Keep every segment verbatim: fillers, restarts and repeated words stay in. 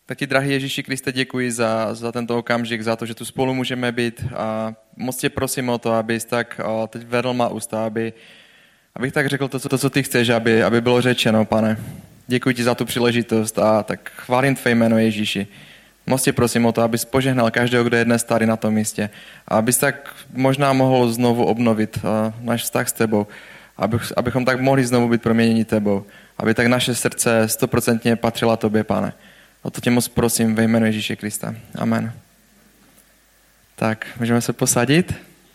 Tak ti, drahý Ježíši Kriste, děkuji za, za tento okamžik, za to, že tu spolu můžeme být a moc tě prosím o to, abys tak a, teď vedl má ústa, aby, abych tak řekl to, co, to, co ty chceš, aby, aby bylo řečeno, pane. Děkuji ti za tu příležitost a tak chválím tvé jméno, Ježíši. Moc tě prosím o to, abys požehnal každého, kdo je dnes tady na tom místě. A abys tak možná mohl znovu obnovit a, náš vztah s tebou, abych, abychom tak mohli znovu být proměněni tebou, aby tak naše srdce stoprocentně patřila tobě, pane. O to tě moc prosím ve jménu Ježíše Krista. Amen. Tak, můžeme se posadit.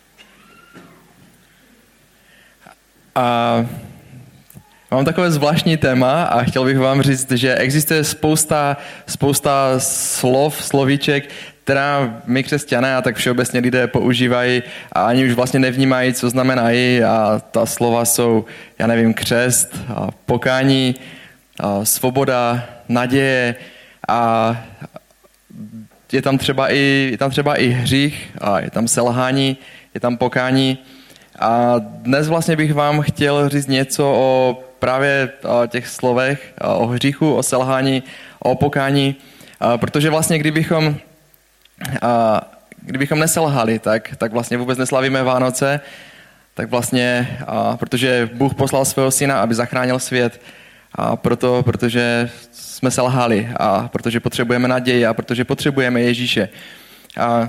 A mám takové zvláštní téma a chtěl bych vám říct, že existuje spousta, spousta slov, slovíček, která my křesťané a tak všeobecně lidé používají a ani už vlastně nevnímají, co znamenají, a ta slova jsou, já nevím, křest, a pokání, a svoboda, naděje, a je tam třeba i, je tam třeba i hřích, a je tam selhání, je tam pokání. A dnes vlastně bych vám chtěl říct něco o právě o těch slovech, o hříchu, o selhání, o pokání, a protože vlastně kdybychom, a kdybychom neselhali, tak, tak vlastně vůbec neslavíme Vánoce, tak vlastně, a protože Bůh poslal svého syna, aby zachránil svět, a proto, protože jsme selhali a protože potřebujeme naději a protože potřebujeme Ježíše. A,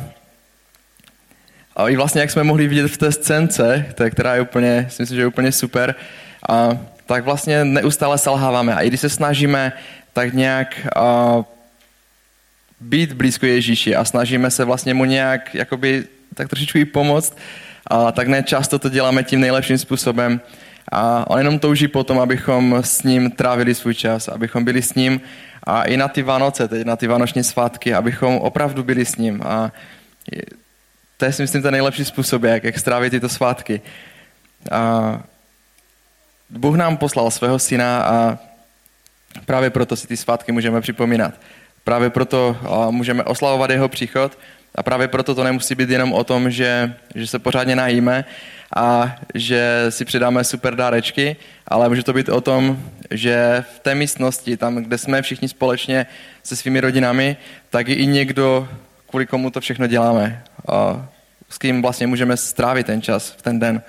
a i vlastně, jak jsme mohli vidět v té scénce, která je úplně, myslím si, že je úplně super, a, tak vlastně neustále selháváme. A i když se snažíme tak nějak a, být blízko Ježíši a snažíme se vlastně mu nějak jakoby, tak trošičku i pomoct, a, tak ne často to děláme tím nejlepším způsobem. A on jenom touží potom, abychom s ním trávili svůj čas, abychom byli s ním a i na ty Vánoce, teď na ty vánoční svátky, abychom opravdu byli s ním. A to je si myslím ten nejlepší způsob, jak, jak strávit tyto svátky. A Bůh nám poslal svého syna a právě proto si ty svátky můžeme připomínat. Právě proto můžeme oslavovat jeho příchod a právě proto to nemusí být jenom o tom, že, že se pořádně najíme a že si přidáme super dárečky, ale může to být o tom, že v té místnosti, tam, kde jsme všichni společně se svými rodinami, tak i někdo, kvůli komu to všechno děláme. A s kým vlastně můžeme strávit ten čas v ten den.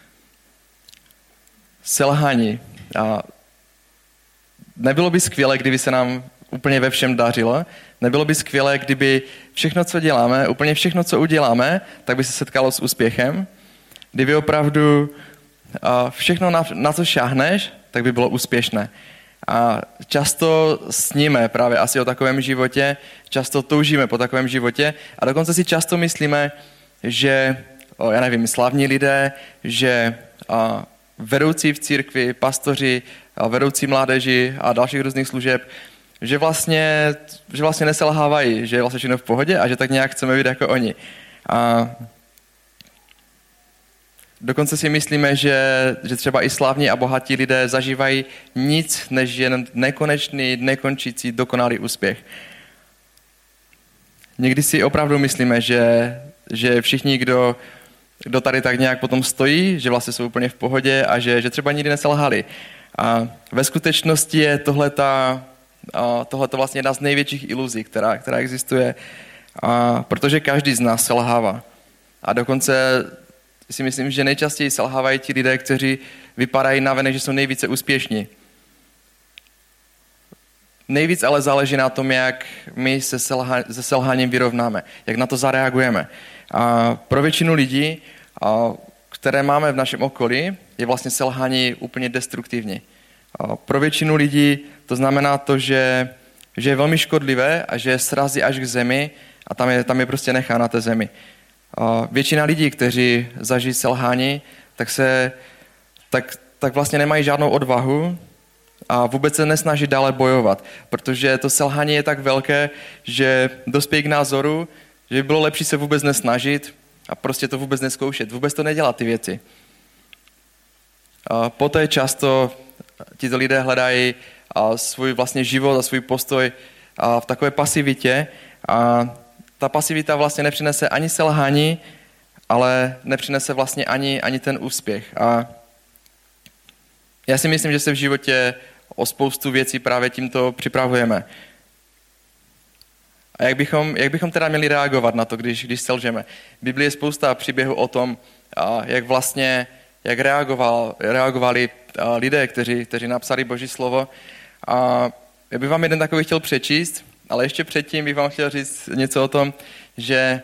Selhání. A nebylo by skvělé, kdyby se nám úplně ve všem dařilo. Nebylo by skvělé, kdyby všechno, co děláme, úplně všechno, co uděláme, tak by se setkalo s úspěchem. Kdyby opravdu všechno, na, na co šáhneš, tak by bylo úspěšné. A často sníme právě asi o takovém životě, často toužíme po takovém životě a dokonce si často myslíme, že, o, já nevím, slavní lidé, že a, vedoucí v církvi, pastoři, a vedoucí mládeži a dalších různých služeb, že vlastně, že vlastně neselhávají, že je vlastně všechno v pohodě a že tak nějak chceme být jako oni. A dokonce si myslíme, že, že třeba i slavní a bohatí lidé zažívají nic, než jen nekonečný, nekončící, dokonalý úspěch. Někdy si opravdu myslíme, že, že všichni, kdo, kdo tady tak nějak potom stojí, že vlastně jsou úplně v pohodě a že, že třeba nikdy neselhali. A ve skutečnosti je tohleta, tohleto vlastně jedna z největších iluzí, která, která existuje, a protože každý z nás selhává. A dokonce si myslím, že nejčastěji selhávají ti lidé, kteří vypadají navenek, že jsou nejvíce úspěšní. Nejvíc ale záleží na tom, jak my se, selha, se selháním vyrovnáme, jak na to zareagujeme. A pro většinu lidí, a, které máme v našem okolí, je vlastně selhání úplně destruktivní. A pro většinu lidí to znamená to, že, že je velmi škodlivé a že srazí až k zemi a tam je, tam je prostě nechá na té zemi. A většina lidí, kteří zažijí selhání, tak, se, tak, tak vlastně nemají žádnou odvahu a vůbec se nesnaží dále bojovat, protože to selhání je tak velké, že dospějí k názoru, že by bylo lepší se vůbec nesnažit a prostě to vůbec neskoušet, vůbec to nedělat ty věci. A poté často tito lidé hledají svůj vlastně život a svůj postoj v takové pasivitě a ta pasivita vlastně nepřinese ani selhání, ale nepřinese vlastně ani, ani ten úspěch. A já si myslím, že se v životě o spoustu věcí právě tímto připravujeme. A jak bychom, jak bychom teda měli reagovat na to, když, když selžeme? V Biblii je spousta příběhů o tom, a jak vlastně, jak reagoval, reagovali lidé, kteří, kteří napsali Boží slovo. A já bych vám jeden takový chtěl přečíst, ale ještě předtím bych vám chtěl říct něco o tom, že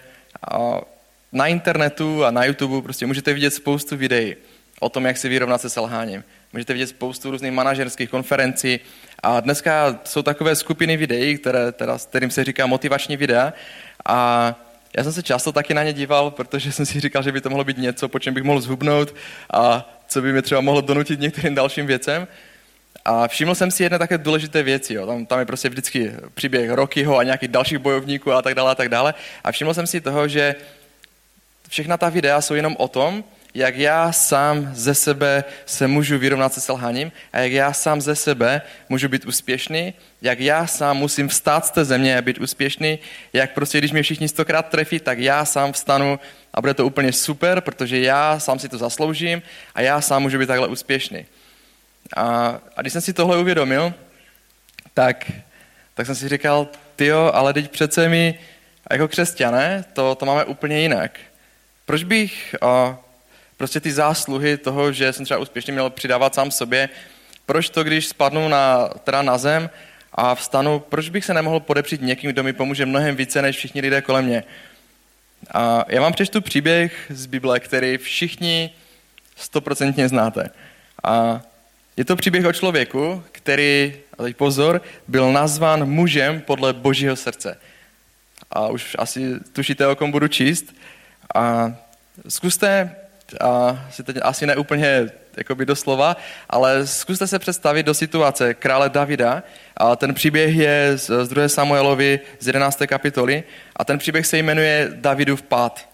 na internetu a na YouTube prostě můžete vidět spoustu videí o tom, jak si vyrovnat se selháním. Můžete vidět spoustu různých manažerských konferencí a dneska jsou takové skupiny videí, které, teda, kterým se říká motivační videa a já jsem se často taky na ně díval, protože jsem si říkal, že by to mohlo být něco, po čem bych mohl zhubnout a co by mě třeba mohlo donutit některým dalším věcem. A všiml jsem si jedné také důležité věci. Jo. Tam, tam je prostě vždycky příběh Rockyho a nějakých dalších bojovníků a tak dále a tak dále. A všiml jsem si toho, že všechna ta videa jsou jenom o tom, jak já sám ze sebe se můžu vyrovnat se selháním a jak já sám ze sebe můžu být úspěšný, jak já sám musím vstát z té země a být úspěšný, jak prostě když mě všichni stokrát trefí, tak já sám vstanu a bude to úplně super, protože já sám si to zasloužím a já sám můžu být takhle úspěšný. A, a když jsem si tohle uvědomil, tak, tak jsem si říkal, tyjo, ale teď přece my jako křesťané to, to máme úplně jinak. Proč bych o, prostě ty zásluhy toho, že jsem třeba úspěšně měl přidávat sám sobě, proč to, když spadnu na, teda na zem a vstanu, proč bych se nemohl podepřít někým, kdo mi pomůže mnohem více než všichni lidé kolem mě. A já vám přečtu příběh z Bible, který všichni stoprocentně znáte. A je to příběh o člověku, který, a teď pozor, byl nazván mužem podle Božího srdce. A už asi tušíte, o kom budu číst. A zkuste, a si teď asi ne úplně jakoby doslova, ale zkuste se představit do situace krále Davida. A ten příběh je z, z druhé Samuelovi z jedenácté kapitoly a ten příběh se jmenuje Davidův pád.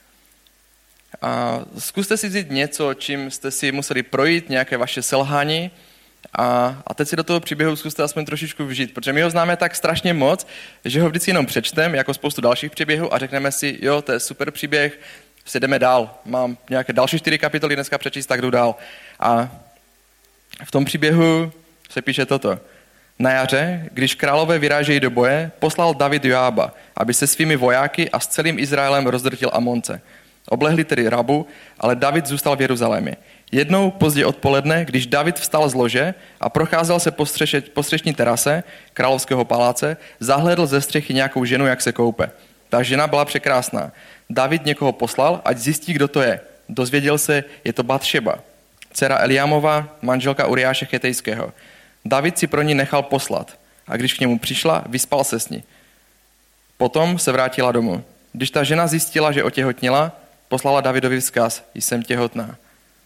A zkuste si vzít něco, čím jste si museli projít, nějaké vaše selhání a, a teď si do toho příběhu zkuste aspoň trošičku vžít, protože my ho známe tak strašně moc, že ho vždycky jenom přečtem, jako spoustu dalších příběhů a řekneme si, jo, to je super příběh, si jdeme dál, mám nějaké další čtyři kapitoly dneska přečíst, tak jdu dál. A v tom příběhu se píše toto. Na jaře, když králové vyrážejí do boje, poslal David Joába, aby se svými vojáky a s celým Izraelem rozdrtil Amonce. Oblehli tedy Rabu, ale David zůstal v Jeruzalémě. Jednou pozdě odpoledne, když David vstal z lože a procházel se po, střeše, po střešní terase královského paláce, zahlédl ze střechy nějakou ženu, jak se koupe. Ta žena byla překrásná. David někoho poslal, ať zjistí, kdo to je. Dozvěděl se, je to Batšeba, dcera Eliámova, manželka Uriáše Chetejského. David si pro ní nechal poslat a když k němu přišla, vyspal se s ní. Potom se vrátila domů. Když ta žena zjistila, že otěhotněla, poslala Davidovi vzkaz, jsem těhotná.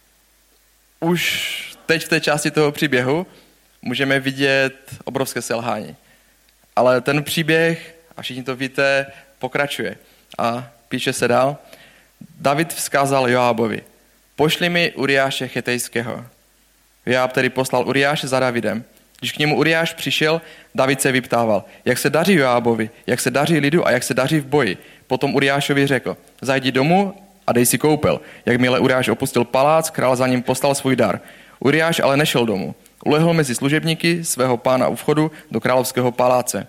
Už teď v té části toho příběhu můžeme vidět obrovské selhání. Ale ten příběh, a všichni to víte, pokračuje. A píše se dál. David vzkázal Joábovi, pošli mi Uriáše Chetejského. Joáb tedy poslal Uriáše za Davidem. Když k němu Uriáš přišel, David se vyptával, jak se daří Joábovi, jak se daří lidu a jak se daří v boji. Potom Uriášovi řekl, zajdi domů a dej si koupel. Jakmile Uriáš opustil palác, král za ním poslal svůj dar. Uriáš ale nešel domů. Ulehl mezi služebníky svého pána u vchodu do královského paláce.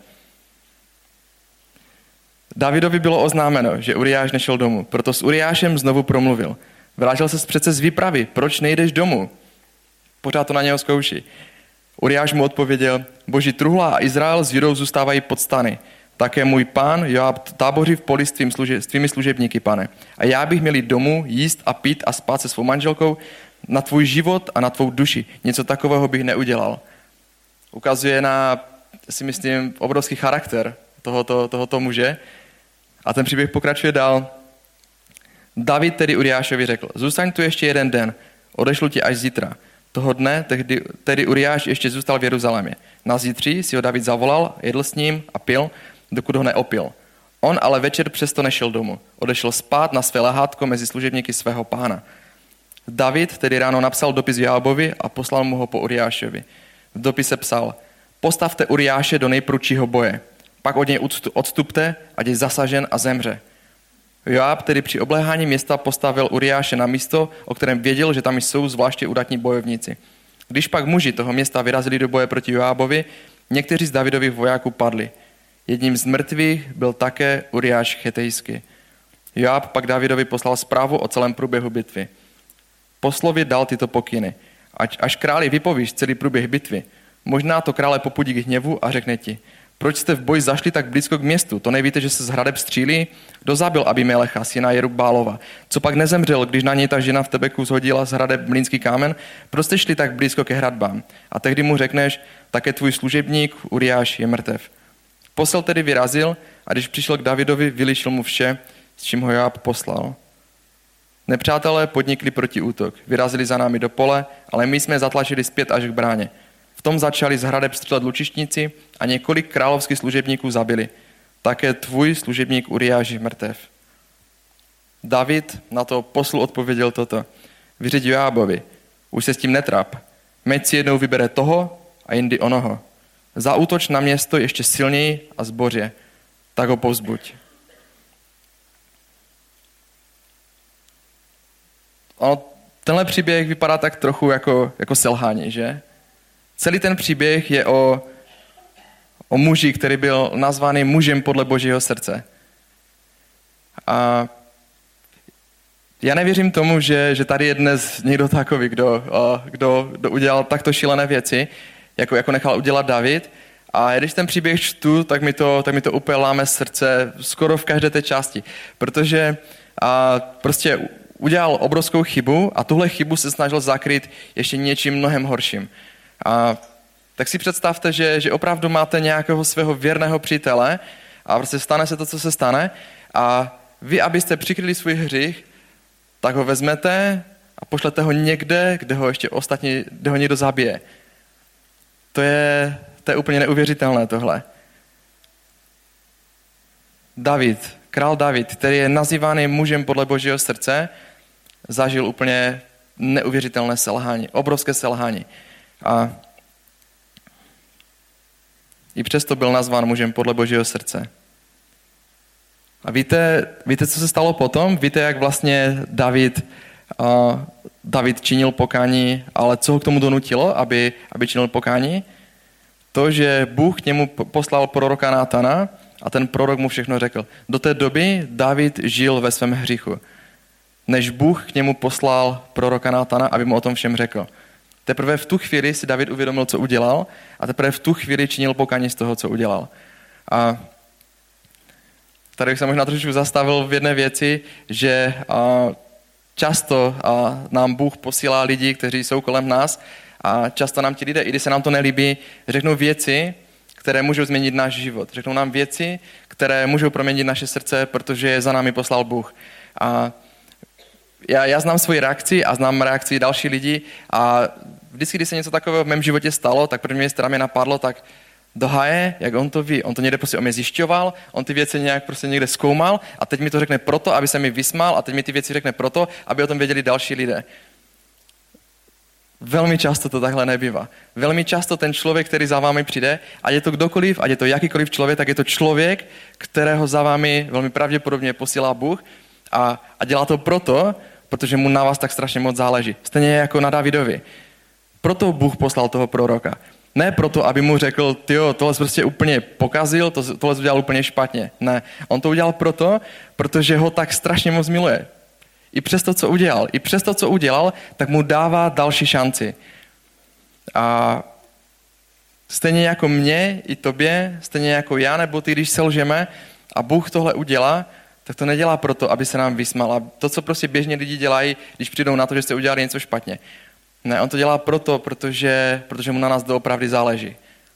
Davidovi bylo oznámeno, že Uriáš nešel domů, proto s Uriášem znovu promluvil. Vrátil ses přece z výpravy, proč nejdeš domů? Pořád to na něho zkouší. Uriáš mu odpověděl, boží truhla a Izrael s Judou zůstávají pod stany. Také můj pán Joáb táboří v poli s, tvým služe, s tvými služebníky, pane. A já bych měl jít domů, jíst a pít a spát se svou manželkou na tvůj život a na tvou duši. Něco takového bych neudělal. Ukazuje na, si myslím, obrovský charakter tohoto, tohoto muže. A ten příběh pokračuje dál. David tedy Uriášovi řekl, zůstaň tu ještě jeden den, odešlu ti až zítra. Toho dne tehdy, tedy Uriáš ještě zůstal v Jeruzalémě. Na zítří si ho David zavolal, jedl s ním a pil, dokud ho neopil. On ale večer přesto nešel domů. Odešel spát na své lehátko mezi služebníky svého pána. David tedy ráno napsal dopis Joábovi a poslal mu ho po Uriášovi. V dopise psal, postavte Uriáše do nejprudšího boje. Pak od něj odstupte, ať je zasažen a zemře. Joáb tedy při obléhání města postavil Uriáše na místo, o kterém věděl, že tam jsou zvláště udatní bojovníci. Když pak muži toho města vyrazili do boje proti Joábovi, někteří z Davidových vojáků padli. Jedním z mrtvých byl také Uriáš Chetejský. Joab pak Davidovi poslal zprávu o celém průběhu bitvy. Poslovi dal tyto pokyny. Ať, až králi vypovíš celý průběh bitvy, možná to krále popudí k hněvu a řekne ti, proč jste v boji zašli tak blízko k městu? To nevíte, že se z hradeb střílí? Kdo zabil Abimelecha, syna Jerubálova? Co pak nezemřel, když na něj ta žena v Tebeku zhodila z hradeb mlýnský kámen? Proč jste šli tak blízko ke hradbám? A tehdy mu řekneš, také tvůj služebník Uriáš je mrtev. Posel tedy vyrazil a když přišel k Davidovi, vylišil mu vše, s čím ho Joab poslal. Nepřátelé podnikli protiútok, vyrazili za námi do pole, ale my jsme zatlačili zpět až k bráně. V tom začali z hradeb střílet lučišníci a několik královských služebníků zabili. Také tvůj služebník Uriáš je mrtev. David na to poslu odpověděl toto. Vyřiď Joábovi, už se s tím netráp. Meď si jednou vybere toho a jindy onoho. Zaútoč na město ještě silněji a zboře, tak ho povzbuď. Ono, tenhle příběh vypadá tak trochu jako, jako selhání, že? Celý ten příběh je o, o muži, který byl nazvaný mužem podle Božího srdce. A já nevěřím tomu, že, že tady je dnes někdo takový, kdo, kdo, kdo udělal takto šílené věci, jako, jako nechal udělat David. A když ten příběh čtu, tak mi to, tak mi to úplně láme srdce skoro v každé té části. Protože a, prostě udělal obrovskou chybu a tuhle chybu se snažil zakryt ještě něčím mnohem horším. A tak si představte, že, že opravdu máte nějakého svého věrného přítele a prostě stane se to, co se stane a vy, abyste přikryli svůj hřích, tak ho vezmete a pošlete ho někde, kde ho ještě ostatní, kde ho někdo zabije. To je, to je úplně neuvěřitelné tohle. David, král David, který je nazývaný mužem podle Božího srdce, zažil úplně neuvěřitelné selhání, obrovské selhání. A i přesto byl nazván mužem podle Božího srdce. A víte, víte, co se stalo potom? Víte, jak vlastně David, uh, David činil pokání, ale co ho k tomu donutilo, aby, aby činil pokání? To, že Bůh k němu poslal proroka Nátana a ten prorok mu všechno řekl. Do té doby David žil ve svém hříchu, než Bůh k němu poslal proroka Nátana, aby mu o tom všem řekl. Teprve v tu chvíli si David uvědomil, co udělal a teprve v tu chvíli činil pokání z toho, co udělal. A tady bych se možná trošku zastavil v jedné věci, že často nám Bůh posílá lidi, kteří jsou kolem nás a často nám ti lidé, i když se nám to nelíbí, řeknou věci, které můžou změnit náš život. Řeknou nám věci, které můžou proměnit naše srdce, protože je za námi poslal Bůh. A já, já znám svoji reakci a znám reakci další lidí a vždycky, když se něco takového v mém životě stalo, tak první věc, která mě napadlo, tak do háje, jak on to ví. On to někde prostě o mě zjišťoval, on ty věci nějak prostě někde zkoumal a teď mi to řekne proto, aby se mi vysmál a teď mi ty věci řekne proto, aby o tom věděli další lidé. Velmi často to takhle nebývá. Velmi často ten člověk, který za vámi přijde, ať je to kdokoliv, ať je to jakýkoliv člověk, tak je to člověk, kterého za vámi velmi pravděpodobně posílá Bůh a, a dělá to proto, protože mu na vás tak strašně moc záleží. Stejně jako na Davidovi. Proto Bůh poslal toho proroka. Ne proto, aby mu řekl, tyjo, tohle prostě úplně pokazil, to, tohle udělal úplně špatně. Ne, on to udělal proto, protože ho tak strašně moc miluje. I přes to, co udělal, i přes to, co udělal, tak mu dává další šanci. A stejně jako mě, i tobě, stejně jako já, nebo ty, když selžeme a Bůh tohle udělá, tak to nedělá proto, aby se nám vysmál. A to, co prostě běžně lidi dělají, když přijdou na to, že jste udělali něco špatně. Ne, on to dělá proto, protože, protože mu na nás doopravdy záleží.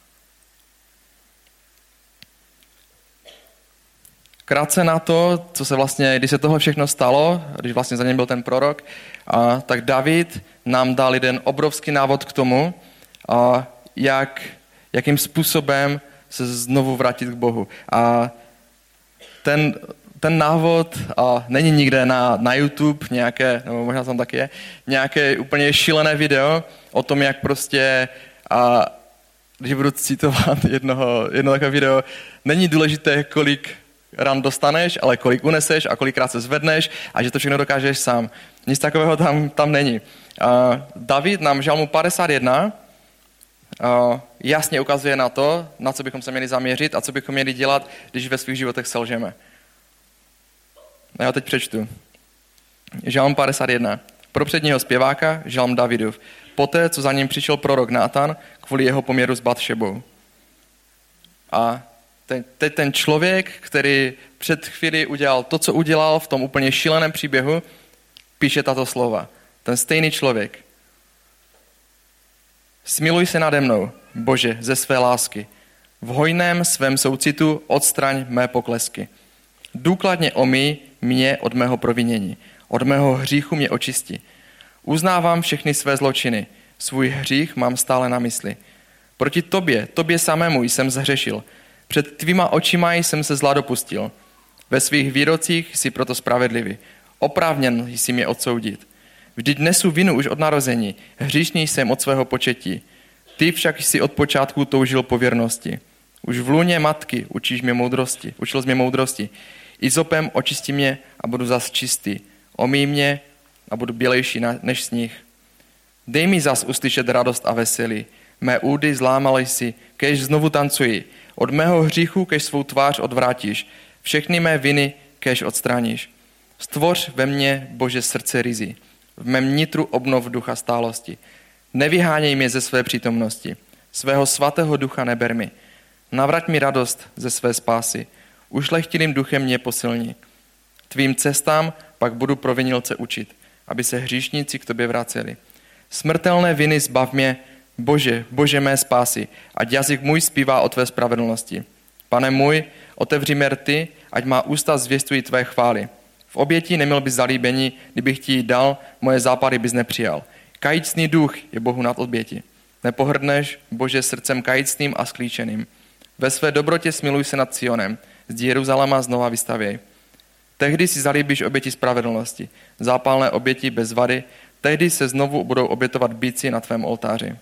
Krátce na to, co se vlastně, když se tohle všechno stalo, když vlastně za něm byl ten prorok, a, tak David nám dal jeden obrovský návod k tomu, a, jak, jakým způsobem se znovu vrátit k Bohu. A ten, ten návod a, není nikde na, na YouTube, nějaké, nebo možná tam taky je, nějaké úplně šílené video o tom, jak prostě, a, když budu citovat jednoho, jedno takové video, není důležité, kolik ran dostaneš, ale kolik uneseš a kolikrát se zvedneš a že to všechno dokážeš sám. Nic takového tam, tam není. A David nám v Žalmu padesát jedna jasně ukazuje na to, na co bychom se měli zaměřit a co bychom měli dělat, když ve svých životech selžeme. Já teď přečtu. Žalm padesát jedna. Pro předního zpěváka, žalm Davidův. Poté, co za ním přišel prorok Nátan kvůli jeho poměru s Batšebou. A ten, teď ten člověk, který před chvíli udělal to, co udělal v tom úplně šíleném příběhu, píše tato slova. Ten stejný člověk. Smiluj se nade mnou, Bože, ze své lásky. V hojném svém soucitu odstraň mé poklesky. Důkladně omyj mě od mého provinění. Od mého hříchu mě očisti. Uznávám všechny své zločiny. Svůj hřích mám stále na mysli. Proti tobě, tobě samému jsem zhřešil. Před tvýma očima jsem se zla dopustil. Ve svých výrocích jsi proto spravedlivý. Oprávněn jsi mě odsoudit. Vždyť nesu vinu už od narození. Hříšný jsem od svého početí. Ty však jsi od počátku toužil po věrnosti. Už v lůně matky učíš mě moudrosti. Učil jsi mě moudrosti. Izopem očistí mě a budu zas čistý. Omyj mě a budu bělejší než sníh. Dej mi zas uslyšet radost a veselí. Mé údy zlámal jsi, kež znovu tancuji. Od mého hříchu, kež svou tvář odvrátíš. Všechny mé viny, kež odstráníš. Stvoř ve mně, Bože, srdce ryzí. V mém nitru obnov ducha stálosti. Nevyháněj mě ze své přítomnosti. Svého svatého ducha neber mi. Navrať mi radost ze své spásy. Ušlechtilým duchem mě posilní. Tvým cestám pak budu provinilce učit, aby se hříšníci k tobě vraceli. Smrtelné viny zbav mě, Bože, Bože mé spásy, ať jazyk můj zpívá o tvé spravedlnosti. Pane můj, otevři mé rty, ať má ústa zvěstují tvé chvály. V oběti neměl bys zalíbení, kdybych ti ji dal, moje západy bys nepřijal. Kajícný duch je Bohu nad oběti. Nepohrdneš, Bože, srdcem kajícným a sklíčeným. Ve své dobrotě smiluj se nad Sionem, z Jeruzaléma znova vystavěj. Tehdy si zalíbíš oběti spravedlnosti, zápalné oběti bez vady, tehdy se znovu budou obětovat býci na tvém oltáři.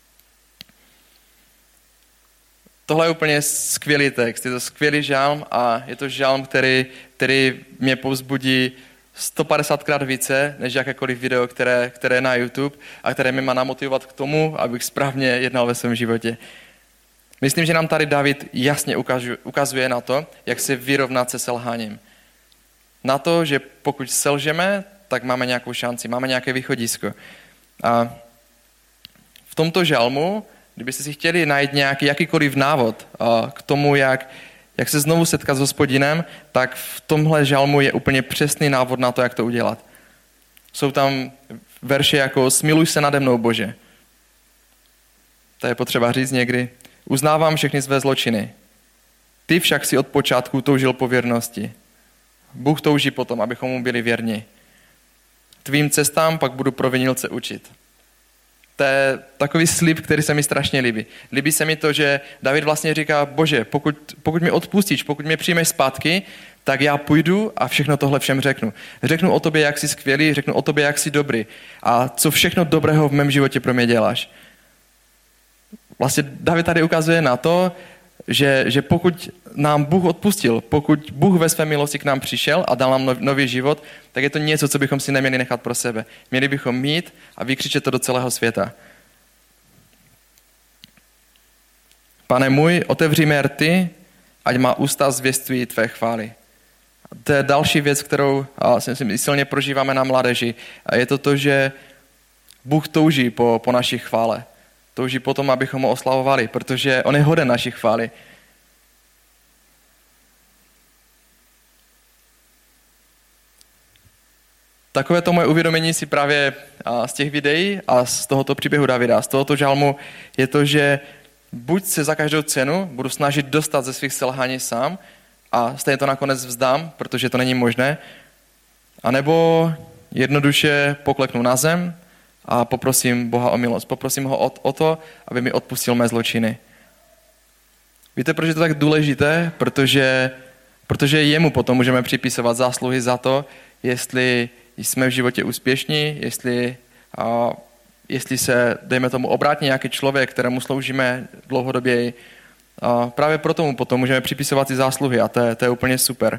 Tohle je úplně skvělý text, je to skvělý žalm a je to žalm, který, který mě povzbudí sto padesátkrát více, než jakékoliv video, které, které je na YouTube a které mě má namotivovat k tomu, abych správně jednal ve svém životě. Myslím, že nám tady David jasně ukazuje na to, jak se vyrovnat se selháním. Na to, že pokud selžeme, tak máme nějakou šanci, máme nějaké východisko. A v tomto žalmu, kdybyste si chtěli najít nějaký jakýkoliv návod k tomu, jak, jak se znovu setkat s Hospodinem, tak v tomhle žalmu je úplně přesný návod na to, jak to udělat. Jsou tam verše jako smiluj se nade mnou, Bože. To je potřeba říct někdy. Uznávám všechny své zločiny. Ty však si od počátku toužil po věrnosti. Bůh touží potom, abychom mu byli věrni. Tvým cestám pak budu provinilce učit. To je takový slib, který se mi strašně líbí. Líbí se mi to, že David vlastně říká, Bože, pokud, pokud mi odpustíš, pokud mě přijmeš zpátky, tak já půjdu a všechno tohle všem řeknu. Řeknu o tobě, jak jsi skvělý, řeknu o tobě, jak jsi dobrý a co všechno dobrého v mém životě pro mě děláš. Vlastně David tady ukazuje na to, že, že pokud nám Bůh odpustil, pokud Bůh ve své milosti k nám přišel a dal nám nový život, tak je to něco, co bychom si neměli nechat pro sebe. Měli bychom mít a vykřičet to do celého světa. Pane můj, otevři mé rty, ať má ústa zvěstují tvé chvály. To je další věc, kterou si myslím, silně prožíváme na mládeži. A je to to, že Bůh touží po, po naší chvále. Touží potom, abychom ho oslavovali, protože on je hoden naší chvály. Takové to moje uvědomění si právě z těch videí a z tohoto příběhu Davida, z tohoto žalmu je to, že buď se za každou cenu budu snažit dostat ze svých selhání sám a stejně to nakonec vzdám, protože to není možné, anebo jednoduše pokleknu na zem a poprosím Boha o milost. Poprosím ho o, o to, aby mi odpustil mé zločiny. Víte, proč je to tak důležité? Protože, protože jemu potom můžeme připisovat zásluhy za to, jestli jsme v životě úspěšní, jestli, a, jestli se, dejme tomu, obrátí nějaký člověk, kterému sloužíme dlouhodoběji. A právě proto mu potom můžeme připisovat ty zásluhy a to je, to je úplně super.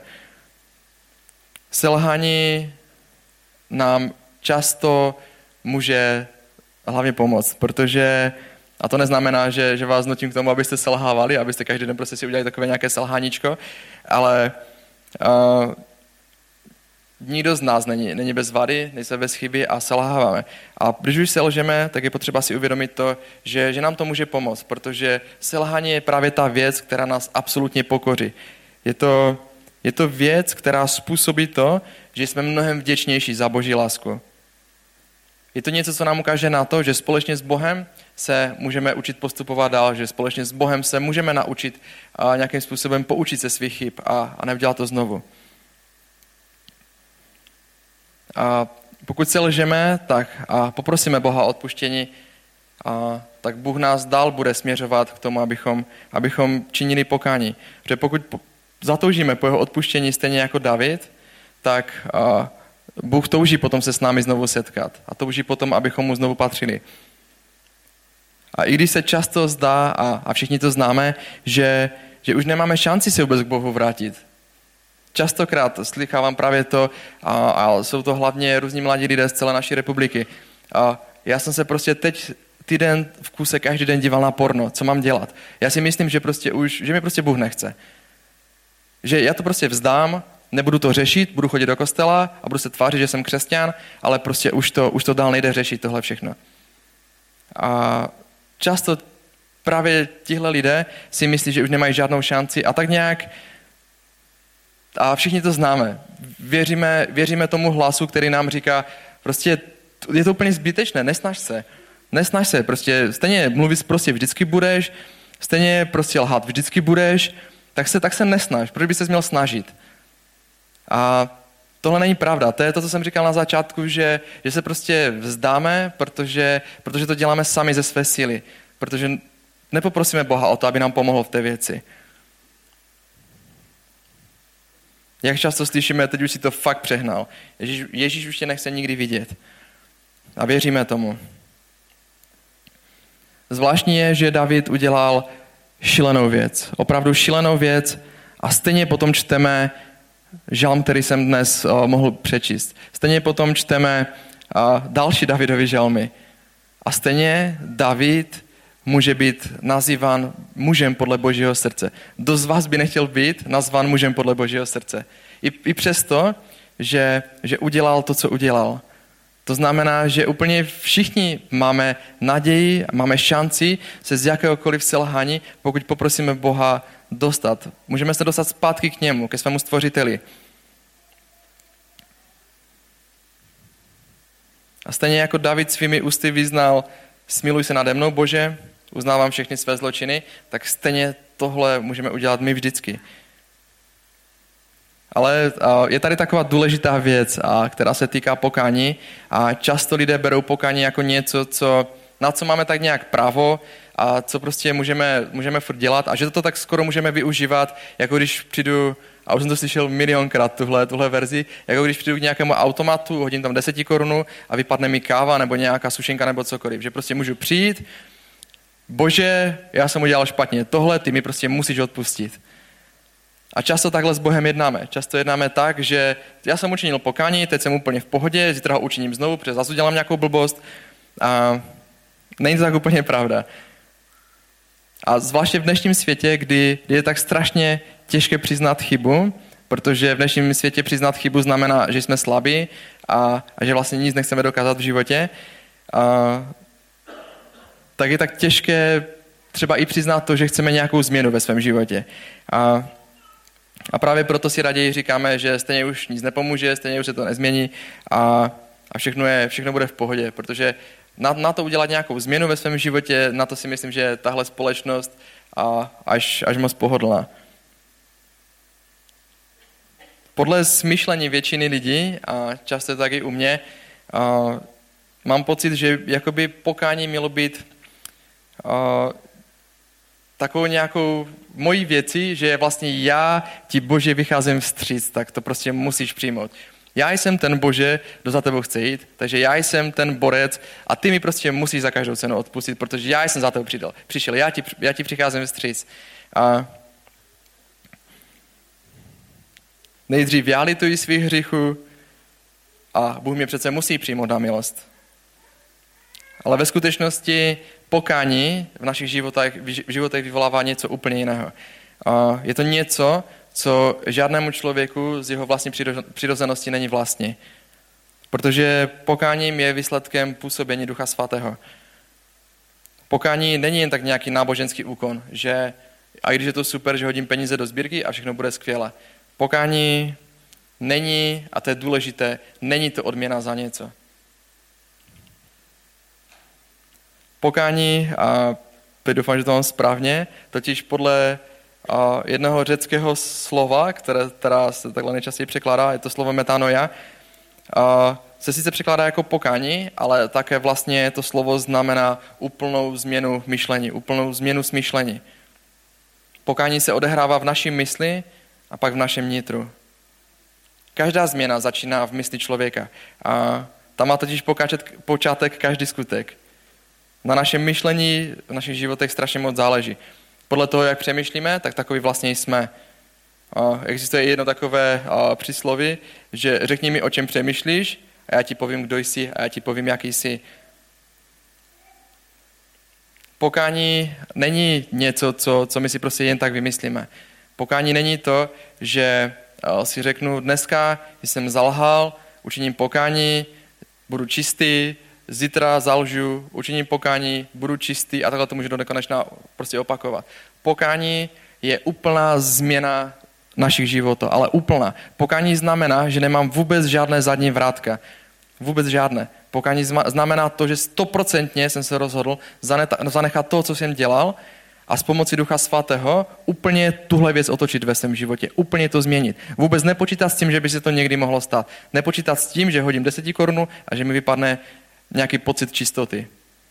Selhání nám často může hlavně pomoct, protože A to neznamená, že, že vás nutím k tomu, abyste selhávali, abyste každý den prostě si udělali takové nějaké selháníčko, ale uh, nikdo z nás není, není bez vady, nejsme bez chyby a selháváme. A když už selžeme, tak je potřeba si uvědomit to, že, že nám to může pomoct, protože selhání je právě ta věc, která nás absolutně pokoří. Je to, je to věc, která způsobí to, že jsme mnohem vděčnější za Boží lásku. Je to něco, co nám ukáže na to, že společně s Bohem se můžeme učit postupovat dál, že společně s Bohem se můžeme naučit a nějakým způsobem poučit se svých chyb a, a neudělat to znovu. A pokud se lžeme, tak a poprosíme Boha o odpuštění, a tak Bůh nás dál bude směřovat k tomu, abychom, abychom činili pokání. Protože pokud zatoužíme po jeho odpuštění stejně jako David, tak a, Bůh touží potom se s námi znovu setkat a touží potom, abychom mu znovu patřili. A i když se často zdá, a, a všichni to známe, že, že už nemáme šanci se vůbec k Bohu vrátit. Častokrát slychávám právě to, a, a jsou to hlavně různí mladí lidé z celé naší republiky. A já jsem se prostě teď týden v kuse každý den díval na porno, co mám dělat. Já si myslím, že, prostě už, že mi prostě Bůh nechce. Že já to prostě vzdám, nebudu to řešit, budu chodit do kostela a budu se tvářit, že jsem křesťan, ale prostě už to, už to dál nejde řešit, tohle všechno. A často právě tihle lidé si myslí, že už nemají žádnou šanci a tak nějak, a všichni to známe, věříme, věříme tomu hlasu, který nám říká, prostě je to úplně zbytečné, nesnaž se, nesnaž se, prostě stejně mluvit prostě vždycky budeš, stejně prostě lhát vždycky budeš, tak se, tak se nesnaž, proč by ses měl snažit? A tohle není pravda, to je to, co jsem říkal na začátku, že, že se prostě vzdáme, protože, protože to děláme sami ze své síly, protože nepoprosíme Boha o to, aby nám pomohl v té věci. Jak často slyšíme, teď už si to fakt přehnal. Ježíš, Ježíš už tě nechce nikdy vidět. A věříme tomu. Zvláštní je, že David udělal šílenou věc. Opravdu šílenou věc a stejně potom čteme žalm, který jsem dnes uh, mohl přečíst. Stejně potom čteme uh, další Davidovy žalmy. A stejně David může být nazýván mužem podle Božího srdce. Kdo z vás by nechtěl být nazván mužem podle Božího srdce? I, i přesto, že, že udělal to, co udělal. To znamená, že úplně všichni máme naději, máme šanci se z jakéhokoliv selhání, pokud poprosíme Boha dostat. Můžeme se dostat zpátky k němu, ke svému stvořiteli. A stejně jako David svými ústy vyznal, smiluj se nade mnou, Bože, uznávám všechny své zločiny, tak stejně tohle můžeme udělat my vždycky. Ale je tady taková důležitá věc, která se týká pokání a často lidé berou pokání jako něco, co, na co máme tak nějak právo a co prostě můžeme, můžeme furt dělat a že to tak skoro můžeme využívat, jako když přijdu, a už jsem to slyšel milionkrát, tuhle, tuhle verzi, jako když přijdu k nějakému automatu, hodím tam deset korun a vypadne mi káva nebo nějaká sušenka nebo cokoliv, že prostě můžu přijít, Bože, já jsem udělal špatně, tohle ty mi prostě musíš odpustit. A často takhle s Bohem jednáme. Často jednáme tak, že já jsem učinil pokání, teď jsem úplně v pohodě, zítra ho učiním znovu, protože zase udělám nějakou blbost. A není to tak úplně pravda. A zvláště v dnešním světě, kdy, kdy je tak strašně těžké přiznat chybu, protože v dnešním světě přiznat chybu znamená, že jsme slabí a, a že vlastně nic nechceme dokázat v životě, a, tak je tak těžké třeba i přiznat to, že chceme nějakou změnu ve svém životě. A, a právě proto si raději říkáme, že stejně už nic nepomůže, stejně už se to nezmění a, a všechno, je, všechno bude v pohodě, protože na, na to udělat nějakou změnu ve svém životě, na to si myslím, že je tahle společnost a až, až moc pohodlná. Podle smýšlení většiny lidí, a často taky u mě, a, mám pocit, že jakoby pokání mělo být a, takovou nějakou mojí věcí, že vlastně já ti, Bože, vycházím vstříc, tak to prostě musíš přijmout. Já jsem ten, Bože, kdo za tebou chce jít, takže já jsem ten borec a ty mi prostě musíš za každou cenu odpustit, protože já jsem za tebou přišel, přišel já, ti, já ti přicházím vstříc. A nejdřív já lituji svých hříchů a Bůh mě přece musí přijmout na milost. Ale ve skutečnosti pokání v našich životech, v životech vyvolává něco úplně jiného. Je to něco, co žádnému člověku z jeho vlastní přirozenosti není vlastní. Protože pokáním je výsledkem působení Ducha Svatého. Pokání není jen tak nějaký náboženský úkon, že a když je to super, že hodím peníze do sbírky a všechno bude skvěle. Pokání není, a to je důležité, není to odměna za něco. Pokání, a doufám, že to mám správně, totiž podle a, jednoho řeckého slova, které která se takhle nejčastěji překládá, je to slovo metanoia, a, se sice překládá jako pokání, ale také vlastně to slovo znamená úplnou změnu myšlení, úplnou změnu smýšlení. Pokání se odehrává v naší mysli a pak v našem nitru. Každá změna začíná v mysli člověka a tam má totiž počátek každý skutek. Na našem myšlení, v našich životech strašně moc záleží. Podle toho, jak přemýšlíme, tak takový vlastně jsme. A existuje jedno takové přísloví, že řekni mi, o čem přemýšlíš, a já ti povím, kdo jsi, a já ti povím, jaký jsi. Pokání není něco, co, co my si prostě jen tak vymyslíme. Pokání není to, že si řeknu, dneska jsem zalhal, učiním pokání, budu čistý, zítra zalžu, učiním pokání, budu čistý a takhle to můžu do nekonečna prostě opakovat. Pokání je úplná změna našich životů, ale úplná. Pokání znamená, že nemám vůbec žádné zadní vrátka. Vůbec žádné. Pokání znamená to, že stoprocentně jsem se rozhodl zanechat to, co jsem dělal a s pomocí Ducha Svatého úplně tuhle věc otočit ve svém životě, úplně to změnit. Vůbec nepočítat s tím, že by se to někdy mohlo stát. Nepočítat s tím, že hodím deset korun a že mi vypadne nějaký pocit čistoty.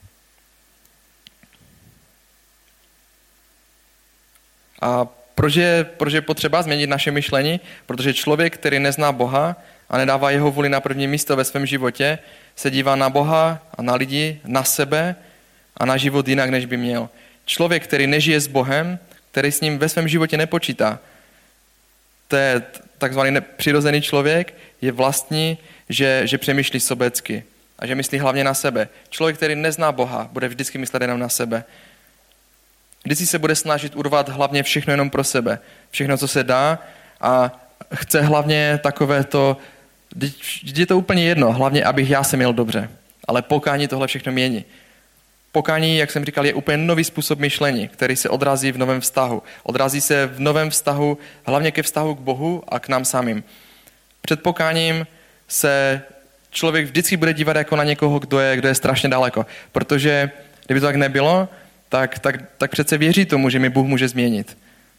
A proč je, proč je potřeba změnit naše myšlení? Protože člověk, který nezná Boha a nedává jeho vůli na první místo ve svém životě, se dívá na Boha a na lidi, na sebe a na život jinak, než by měl. Člověk, který nežije s Bohem, který s ním ve svém životě nepočítá, to je takzvaný přirozený člověk, je vlastní, že, že přemýšlí sobecky a že myslí hlavně na sebe. Člověk, který nezná Boha, bude vždycky myslet jenom na sebe. Vždycky se bude snažit urvat hlavně všechno jenom pro sebe. Všechno, co se dá a chce hlavně takové to, vždy je to úplně jedno, hlavně, abych já se měl dobře. Ale pokání tohle všechno mění. Pokání, jak jsem říkal, je úplně nový způsob myšlení, který se odrazí v novém vztahu. Odrazí se v novém vztahu, hlavně ke vztahu k Bohu a k nám samým. Před pokáním se člověk vždycky bude dívat jako na někoho, kdo je, kdo je strašně daleko. Protože kdyby to tak nebylo, tak, tak, tak přece věří tomu, že mi Bůh může změnit.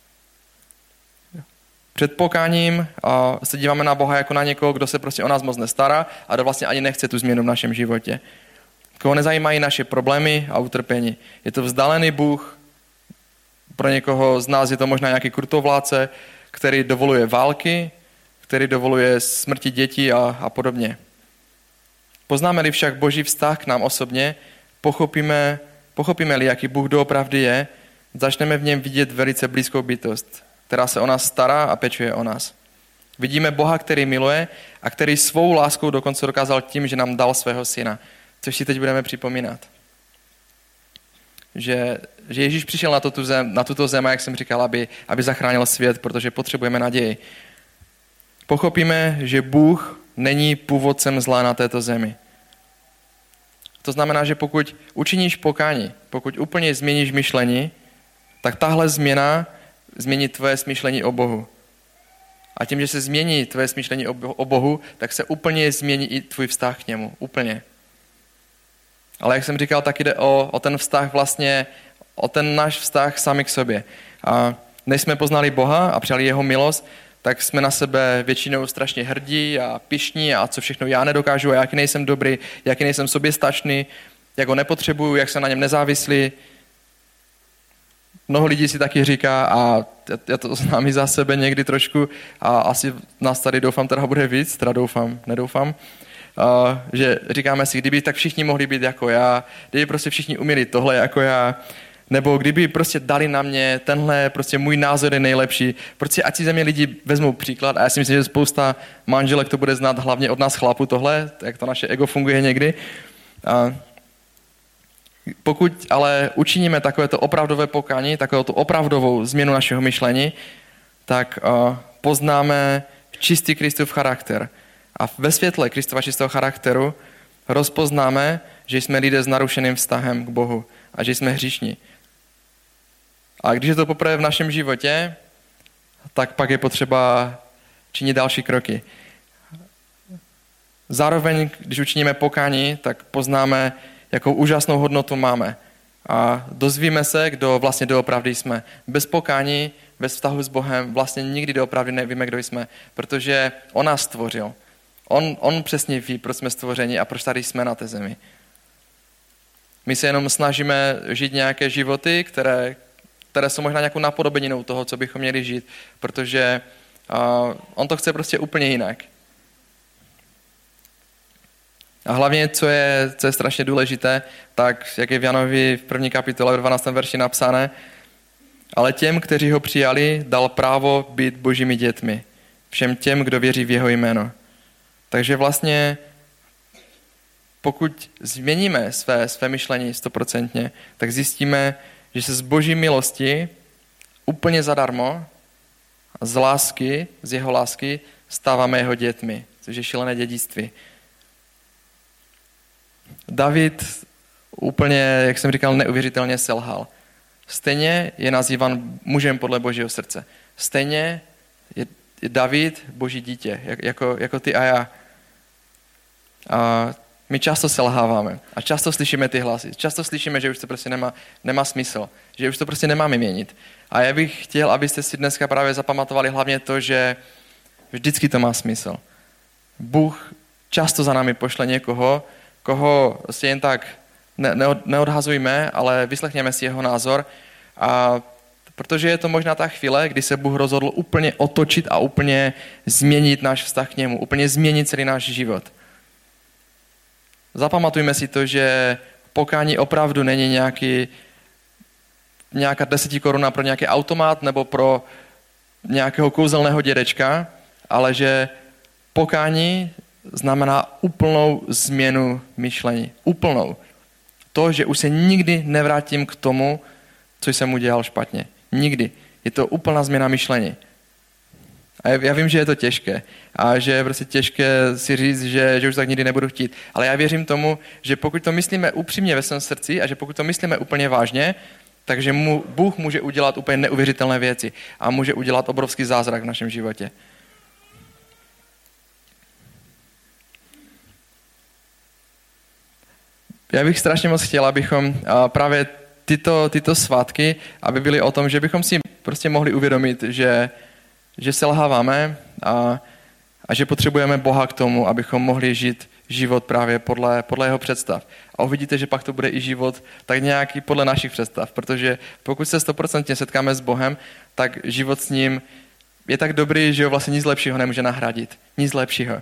Před pokáním a se díváme na Boha jako na někoho, kdo se prostě o nás moc nestará a kdo vlastně ani nechce tu změnu v našem životě. Koho nezajímají naše problémy a utrpení. Je to vzdálený Bůh, pro někoho z nás je to možná nějaký krutovládce, který dovoluje války, který dovoluje smrti dětí a, a podobně. Poznáme-li však Boží vztah k nám osobně, pochopíme, pochopíme-li, jaký Bůh doopravdy je, začneme v něm vidět velice blízkou bytost, která se o nás stará a pečuje o nás. Vidíme Boha, který miluje a který svou láskou dokonce dokázal tím, že nám dal svého syna, což si teď budeme připomínat. Že, že Ježíš přišel na, tuto zem, na tuto zem, jak jsem říkal, aby, aby zachránil svět, protože potřebujeme naději. Pochopíme, že Bůh není původcem zla na této zemi. To znamená, že pokud učiníš pokání, pokud úplně změníš myšlení, tak tahle změna změní tvoje smýšlení o Bohu. A tím, že se změní tvoje smýšlení o Bohu, tak se úplně změní i tvůj vztah k němu. Úplně. Ale jak jsem říkal, tak jde o, o ten vztah vlastně, o ten náš vztah sami k sobě. A než jsme poznali Boha a přijali jeho milost, tak jsme na sebe většinou strašně hrdí a pyšní a co všechno já nedokážu a jaký nejsem dobrý, jaký nejsem soběstačný, jak ho nepotřebuju, jak jsem na něm nezávislý. Mnoho lidí si taky říká, a já to znám i za sebe někdy trošku, a asi nás tady doufám teda bude víc, teda doufám, nedoufám, uh, že říkáme si, kdyby tak všichni mohli být jako já, kdyby prostě všichni uměli tohle jako já, nebo kdyby prostě dali na mě tenhle, prostě můj názor je nejlepší, prostě ať si ze mě lidi vezmou příklad, a já si myslím, že spousta manželek to bude znát hlavně od nás chlapů tohle, jak to naše ego funguje někdy. Uh, Pokud ale učiníme takovéto opravdové pokání, takovou opravdovou změnu našeho myšlení, tak uh, poznáme čistý Kristův charakter. A ve světle Kristova čistého charakteru rozpoznáme, že jsme lidé s narušeným vztahem k Bohu a že jsme hříšní. A když je to poprvé v našem životě, tak pak je potřeba činit další kroky. Zároveň, když učiníme pokání, tak poznáme, jakou úžasnou hodnotu máme. A dozvíme se, kdo vlastně doopravdy jsme. Bez pokání, bez vztahu s Bohem vlastně nikdy doopravdy nevíme, kdo jsme, protože on nás stvořil. On, on přesně ví, proč jsme stvořeni a proč tady jsme na té zemi. My se jenom snažíme žít nějaké životy, které, které jsou možná nějakou napodobeninou toho, co bychom měli žít, protože uh, on to chce prostě úplně jinak. A hlavně, co je, co je strašně důležité, tak jak je v Janovi v první kapitole v dvanáctém verši napsané, ale těm, kteří ho přijali, dal právo být božími dětmi. Všem těm, kdo věří v jeho jméno. Takže vlastně, pokud změníme své, své myšlení stoprocentně, tak zjistíme, že se z boží milosti úplně zadarmo, z lásky, z jeho lásky, stáváme jeho dětmi, což je šílené dědictví. David úplně, jak jsem říkal, neuvěřitelně selhal. Stejně je nazývan mužem podle božího srdce. Stejně je David boží dítě, jako, jako ty a já. A my často selháváme a často slyšíme ty hlasy. Často slyšíme, že už to prostě nemá, nemá smysl, že už to prostě nemáme měnit. A já bych chtěl, abyste si dneska právě zapamatovali hlavně to, že vždycky to má smysl. Bůh často za námi pošle někoho, koho si jen tak neodhazujme, ale vyslechněme si jeho názor. A protože je to možná ta chvíle, kdy se Bůh rozhodl úplně otočit a úplně změnit náš vztah k němu, úplně změnit celý náš život. Zapamatujme si to, že pokání opravdu není nějaký, nějaká deseti koruna pro nějaký automat nebo pro nějakého kouzelného dědečka, ale že pokání znamená úplnou změnu myšlení. Úplnou. To, že už se nikdy nevrátím k tomu, co jsem udělal špatně. Nikdy. Je to úplná změna myšlení. A já vím, že je to těžké a že je prostě těžké si říct, že, že už tak nikdy nebudu chtít. Ale já věřím tomu, že pokud to myslíme upřímně ve svém srdci a že pokud to myslíme úplně vážně, takže mu Bůh může udělat úplně neuvěřitelné věci a může udělat obrovský zázrak v našem životě. Já bych strašně moc chtěl, abychom právě tyto, tyto svátky, aby byly o tom, že bychom si prostě mohli uvědomit, že, že selháváme a, a že potřebujeme Boha k tomu, abychom mohli žít život právě podle, podle jeho představ. A uvidíte, že pak to bude i život tak nějaký podle našich představ, protože pokud se stoprocentně setkáme s Bohem, tak život s ním je tak dobrý, že ho vlastně nic lepšího nemůže nahradit. Nic lepšího.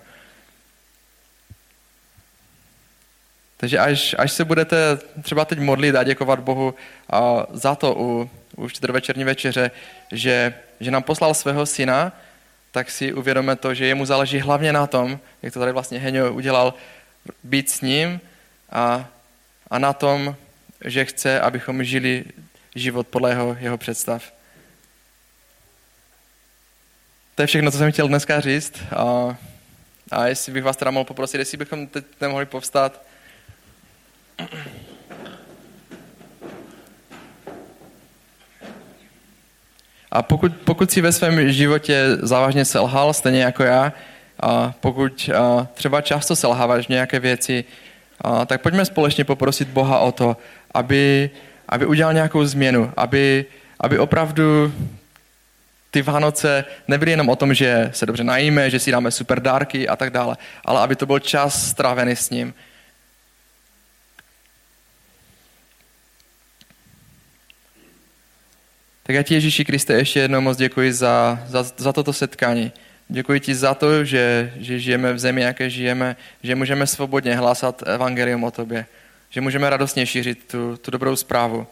Takže až, až se budete třeba teď modlit a děkovat Bohu a za to u, u čtvrtvečerní večeře, že, že nám poslal svého syna, tak si uvědomíme to, že jemu záleží hlavně na tom, jak to tady vlastně Heňo udělal, být s ním a, a na tom, že chce, abychom žili život podle jeho, jeho představ. To je všechno, co jsem chtěl dneska říct. A, a jestli bych vás teda mohl poprosit, jestli bychom teď nemohli povstat. A pokud, pokud si ve svém životě závažně selhal, stejně jako já, a pokud a třeba často selháváš nějaké věci, a tak pojďme společně poprosit Boha o to, aby, aby udělal nějakou změnu, aby, aby opravdu ty Vánoce nebyly jenom o tom, že se dobře najíme, že si dáme super dárky a tak dále, ale aby to byl čas strávený s ním. Tak já ti, Ježíši Kriste, ještě jednou moc děkuji za, za, za toto setkání. Děkuji ti za to, že, že žijeme v zemi, jaké žijeme, že můžeme svobodně hlásat evangelium o tobě, že můžeme radostně šířit tu, tu dobrou zprávu.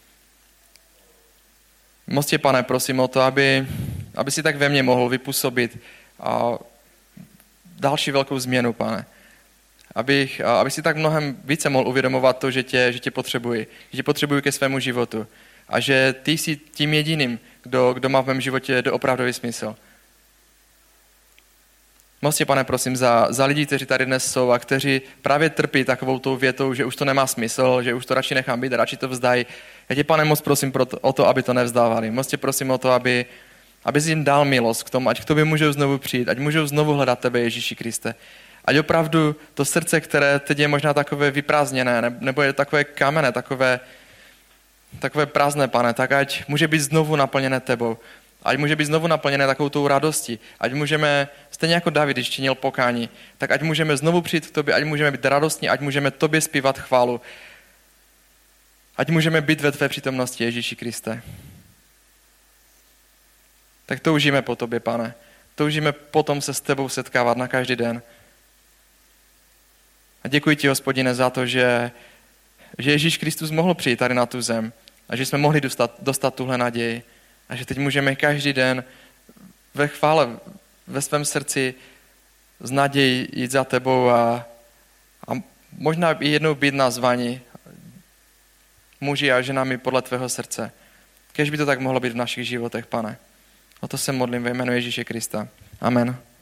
Moc tě, Pane, prosím o to, aby, aby si tak ve mně mohl vypůsobit a další velkou změnu, Pane. Abych, aby si tak mnohem více mohl uvědomovat to, že tě, že tě potřebuji, že tě potřebuji ke svému životu a že ty jsi tím jediným, kdo, kdo má v mém životě doopravdový smysl. Moc tě, Pane, prosím za, za lidi, kteří tady dnes jsou a kteří právě trpí takovou tou větou, že už to nemá smysl, že už to radši nechám být, radši to vzdají. Já tě, Pane, moc prosím pro to, o to, aby to nevzdávali. Moc tě prosím o to, aby, aby jsi jim dal milost k tomu, ať k tobě můžou znovu přijít, ať můžou znovu hledat tebe, Ježíši Kriste. Ať opravdu to srdce, které teď je možná takové vyprázdněné, nebo je takové kamenné, takové, takové prázdné, Pane, tak ať může být znovu naplněné tebou. Ať může být znovu naplněné takovou tou radostí. Ať můžeme, stejně jako David, když činil pokání, tak ať můžeme znovu přijít k tobě, ať můžeme být radostní, ať můžeme tobě zpívat chválu. Ať můžeme být ve tvé přítomnosti, Ježíši Kriste. Tak toužíme po tobě, Pane. Toužíme potom se s tebou setkávat na každý den. A děkuji ti, Hospodine, za to, že, že Ježíš Kristus mohl přijít tady na tu zem a že jsme mohli dostat, dostat tuhle naději. A že teď můžeme každý den ve chvále, ve svém srdci z naději jít za tebou a, a možná i jednou být nazvaní muži a ženami podle tvého srdce. Kéž by to tak mohlo být v našich životech, Pane. O to se modlím ve jménu Ježíše Krista. Amen.